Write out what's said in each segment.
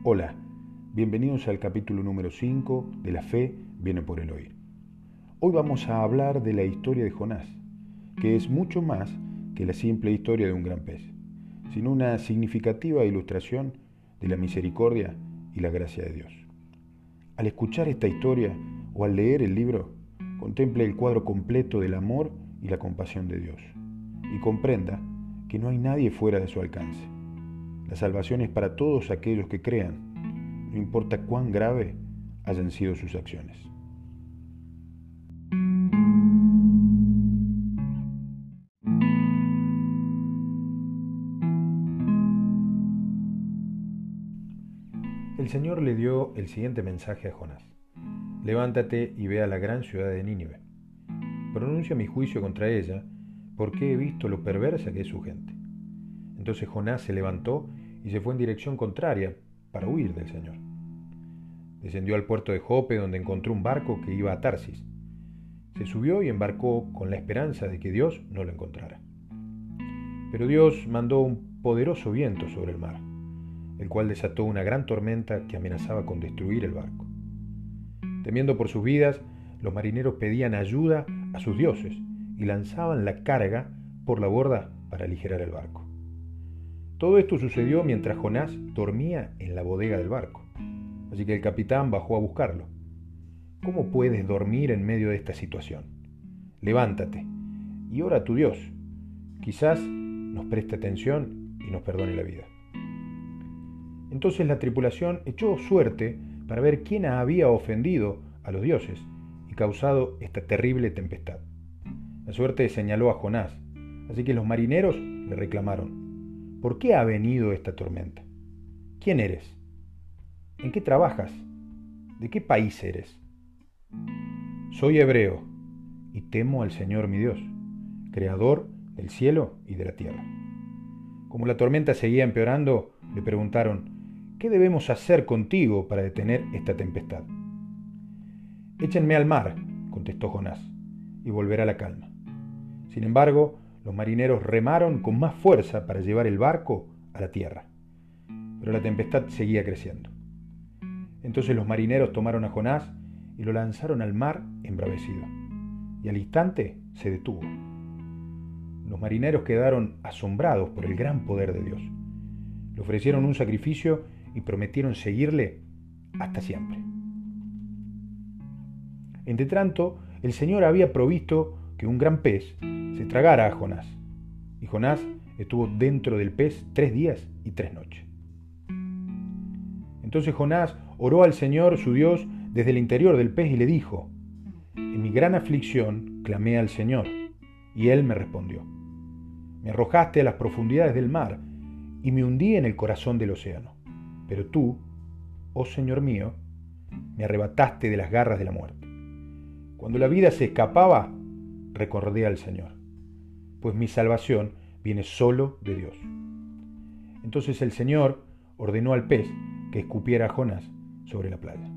Hola, bienvenidos al capítulo número 5 de La Fe viene por el oír. Hoy vamos a hablar de la historia de Jonás, que es mucho más que la simple historia de un gran pez, sino una significativa ilustración de la misericordia y la gracia de Dios. Al escuchar esta historia o al leer el libro, contemple el cuadro completo del amor y la compasión de Dios y comprenda que no hay nadie fuera de su alcance. La salvación es para todos aquellos que crean, no importa cuán grave hayan sido sus acciones. El Señor le dio el siguiente mensaje a Jonás: levántate y ve a la gran ciudad de Nínive. Pronuncia mi juicio contra ella, porque he visto lo perversa que es su gente. Entonces Jonás se levantó y se fue en dirección contraria para huir del Señor. Descendió al puerto de Jope, donde encontró un barco que iba a Tarsis. Se subió y embarcó con la esperanza de que Dios no lo encontrara. Pero Dios mandó un poderoso viento sobre el mar, el cual desató una gran tormenta que amenazaba con destruir el barco. Temiendo por sus vidas, los marineros pedían ayuda a sus dioses y lanzaban la carga por la borda para aligerar el barco. Todo esto sucedió mientras Jonás dormía en la bodega del barco, así que el capitán bajó a buscarlo. ¿Cómo puedes dormir en medio de esta situación? Levántate y ora a tu Dios. Quizás nos preste atención y nos perdone la vida. Entonces la tripulación echó suerte para ver quién había ofendido a los dioses y causado esta terrible tempestad. La suerte señaló a Jonás, así que los marineros le reclamaron: ¿por qué ha venido esta tormenta? ¿Quién eres? ¿En qué trabajas? ¿De qué país eres? Soy hebreo y temo al Señor mi Dios, creador del cielo y de la tierra. Como la tormenta seguía empeorando, le preguntaron: ¿qué debemos hacer contigo para detener esta tempestad? Échenme al mar, contestó Jonás, y volverá la calma. Sin embargo, los marineros remaron con más fuerza para llevar el barco a la tierra, pero la tempestad seguía creciendo. Entonces los marineros tomaron a Jonás y lo lanzaron al mar embravecido, y al instante se detuvo. Los marineros quedaron asombrados por el gran poder de Dios. Le ofrecieron un sacrificio y prometieron seguirle hasta siempre. Entretanto, el Señor había provisto que un gran pez se tragara a Jonás, y Jonás estuvo dentro del pez 3 días y 3 noches. Entonces Jonás oró al Señor su Dios desde el interior del pez y le dijo: en mi gran aflicción clamé al Señor, y Él me respondió. Me arrojaste a las profundidades del mar, y me hundí en el corazón del océano. Pero tú, oh Señor mío, me arrebataste de las garras de la muerte. Cuando la vida se escapaba, recordé al Señor, pues mi salvación viene solo de Dios. Entonces el Señor ordenó al pez que escupiera a Jonás sobre la playa.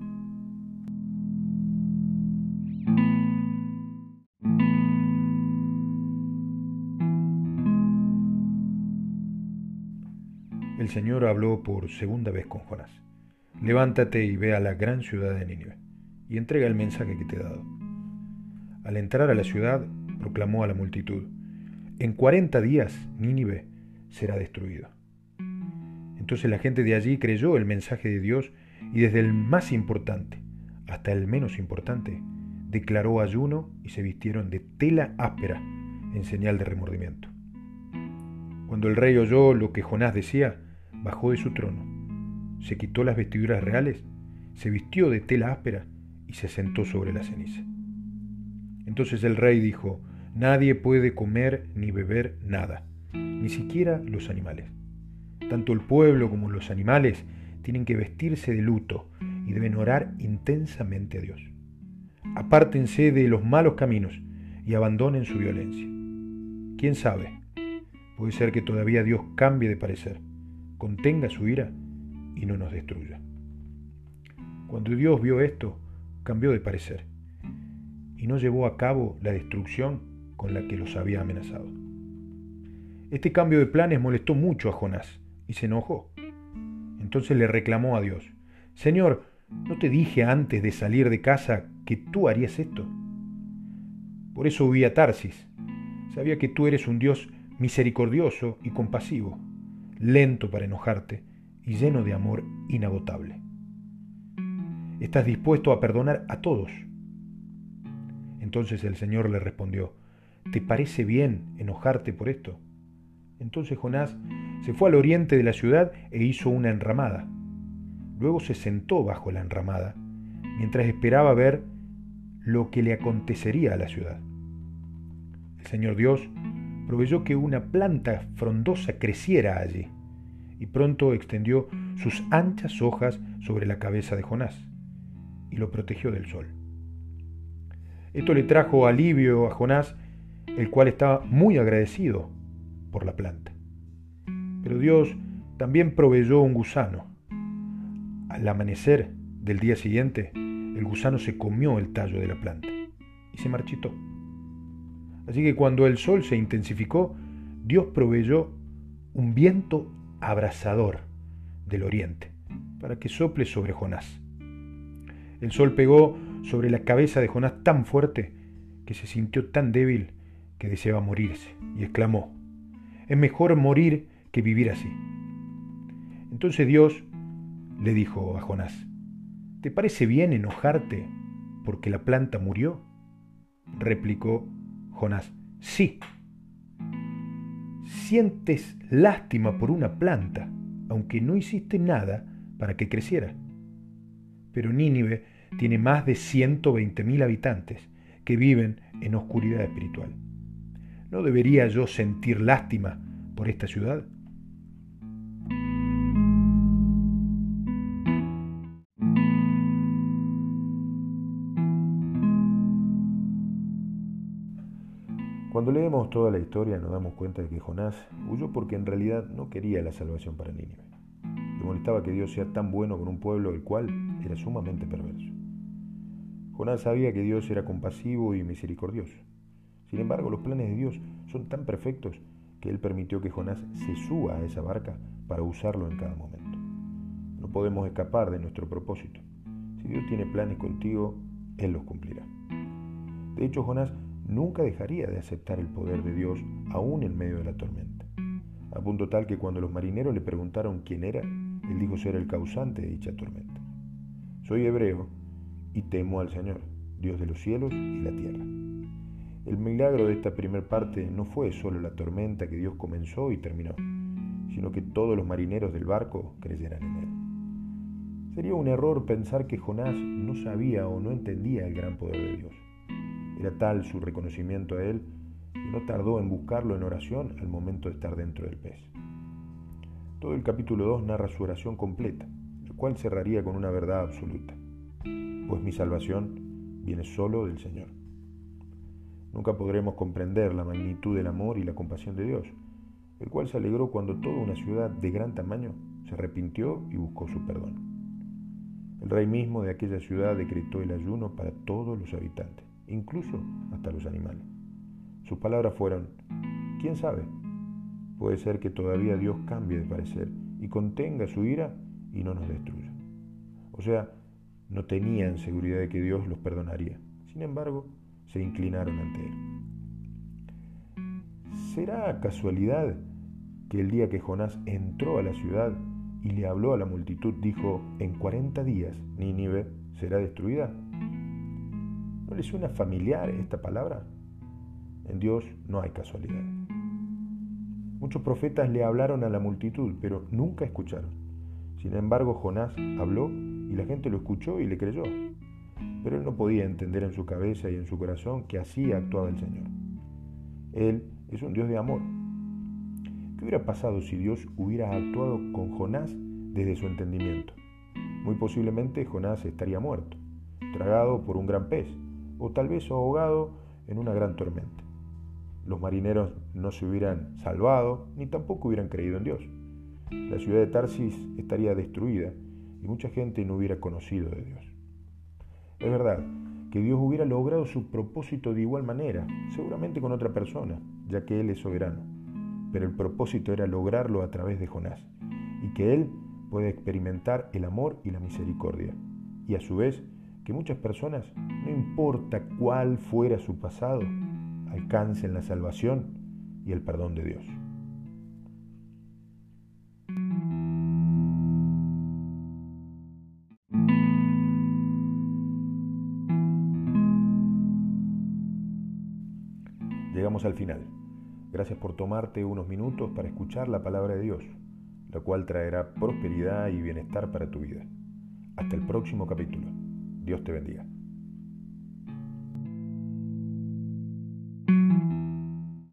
El Señor habló por segunda vez con Jonás: levántate y ve a la gran ciudad de Nínive, y entrega el mensaje que te he dado. Al entrar a la ciudad, proclamó a la multitud: en 40 días Nínive será destruido. Entonces la gente de allí creyó el mensaje de Dios, y desde el más importante hasta el menos importante declaró ayuno y se vistieron de tela áspera en señal de remordimiento. Cuando el rey oyó lo que Jonás decía, bajó de su trono, se quitó las vestiduras reales, se vistió de tela áspera y se sentó sobre la ceniza. Entonces el rey dijo: nadie puede comer ni beber nada, ni siquiera los animales. Tanto el pueblo como los animales tienen que vestirse de luto y deben orar intensamente a Dios. Apártense de los malos caminos y abandonen su violencia. ¿Quién sabe? Puede ser que todavía Dios cambie de parecer, contenga su ira y no nos destruya. Cuando Dios vio esto, cambió de parecer y no llevó a cabo la destrucción con la que los había amenazado. Este cambio de planes molestó mucho a Jonás y se enojó. Entonces le reclamó a Dios: Señor, ¿no te dije antes de salir de casa que tú harías esto? Por eso huí a Tarsis. Sabía que tú eres un Dios misericordioso y compasivo, lento para enojarte y lleno de amor inagotable. Estás dispuesto a perdonar a todos. Entonces el Señor le respondió: ¿te parece bien enojarte por esto? Entonces Jonás se fue al oriente de la ciudad e hizo una enramada. Luego se sentó bajo la enramada, mientras esperaba ver lo que le acontecería a la ciudad. El Señor Dios proveyó que una planta frondosa creciera allí, y pronto extendió sus anchas hojas sobre la cabeza de Jonás, y lo protegió del sol. Esto le trajo alivio a Jonás, el cual estaba muy agradecido por la planta. Pero Dios también proveyó un gusano. Al amanecer del día siguiente, el gusano se comió el tallo de la planta y se marchitó. Así que cuando el sol se intensificó, Dios proveyó un viento abrasador del oriente para que sople sobre Jonás. El sol pegó sobre la cabeza de Jonás tan fuerte que se sintió tan débil que deseaba morirse y exclamó: es mejor morir que vivir así. Entonces Dios le dijo a Jonás: ¿te parece bien enojarte porque la planta murió? Replicó Jonás: sí. Sientes lástima por una planta, aunque no hiciste nada para que creciera. Pero Nínive tiene más de 120.000 habitantes que viven en oscuridad espiritual. ¿No debería yo sentir lástima por esta ciudad? Cuando leemos toda la historia nos damos cuenta de que Jonás huyó porque en realidad no quería la salvación para Nínive. Le molestaba que Dios sea tan bueno con un pueblo el cual era sumamente perverso. Jonás sabía que Dios era compasivo y misericordioso. Sin embargo, los planes de Dios son tan perfectos que Él permitió que Jonás se suba a esa barca para usarlo en cada momento. No podemos escapar de nuestro propósito. Si Dios tiene planes contigo, Él los cumplirá. De hecho, Jonás nunca dejaría de aceptar el poder de Dios aún en medio de la tormenta, a punto tal que cuando los marineros le preguntaron quién era, él dijo ser el causante de dicha tormenta. Soy hebreo y temo al Señor, Dios de los cielos y la tierra. El milagro de esta primera parte no fue solo la tormenta que Dios comenzó y terminó, sino que todos los marineros del barco creyeran en Él. Sería un error pensar que Jonás no sabía o no entendía el gran poder de Dios. Era tal su reconocimiento a Él que no tardó en buscarlo en oración al momento de estar dentro del pez. Todo el capítulo 2 narra su oración completa, el cual cerraría con una verdad absoluta: pues mi salvación viene solo del Señor. Nunca podremos comprender la magnitud del amor y la compasión de Dios, el cual se alegró cuando toda una ciudad de gran tamaño se arrepintió y buscó su perdón. El rey mismo de aquella ciudad decretó el ayuno para todos los habitantes, incluso hasta los animales. Sus palabras fueron: ¿quién sabe? Puede ser que todavía Dios cambie de parecer y contenga su ira y no nos destruya. O sea, no tenían seguridad de que Dios los perdonaría. Sin embargo, se inclinaron ante Él. ¿Será casualidad que el día que Jonás entró a la ciudad y le habló a la multitud, dijo: en 40 días Nínive será destruida? ¿No le suena familiar esta palabra? En Dios no hay casualidad. Muchos profetas le hablaron a la multitud, pero nunca escucharon. Sin embargo, Jonás habló y la gente lo escuchó y le creyó. Pero él no podía entender en su cabeza y en su corazón que así actuaba el Señor. Él es un Dios de amor. ¿Qué hubiera pasado si Dios hubiera actuado con Jonás desde su entendimiento? Muy posiblemente Jonás estaría muerto, tragado por un gran pez, o tal vez ahogado en una gran tormenta. Los marineros no se hubieran salvado, ni tampoco hubieran creído en Dios. La ciudad de Tarsis estaría destruida y mucha gente no hubiera conocido de Dios. Es verdad que Dios hubiera logrado su propósito de igual manera, seguramente con otra persona, ya que Él es soberano. Pero el propósito era lograrlo a través de Jonás, y que Él puede experimentar el amor y la misericordia, y a su vez que muchas personas, no importa cuál fuera su pasado, alcancen la salvación y el perdón de Dios. Llegamos al final. Gracias por tomarte unos minutos para escuchar la palabra de Dios, la cual traerá prosperidad y bienestar para tu vida. Hasta el próximo capítulo. Dios te bendiga.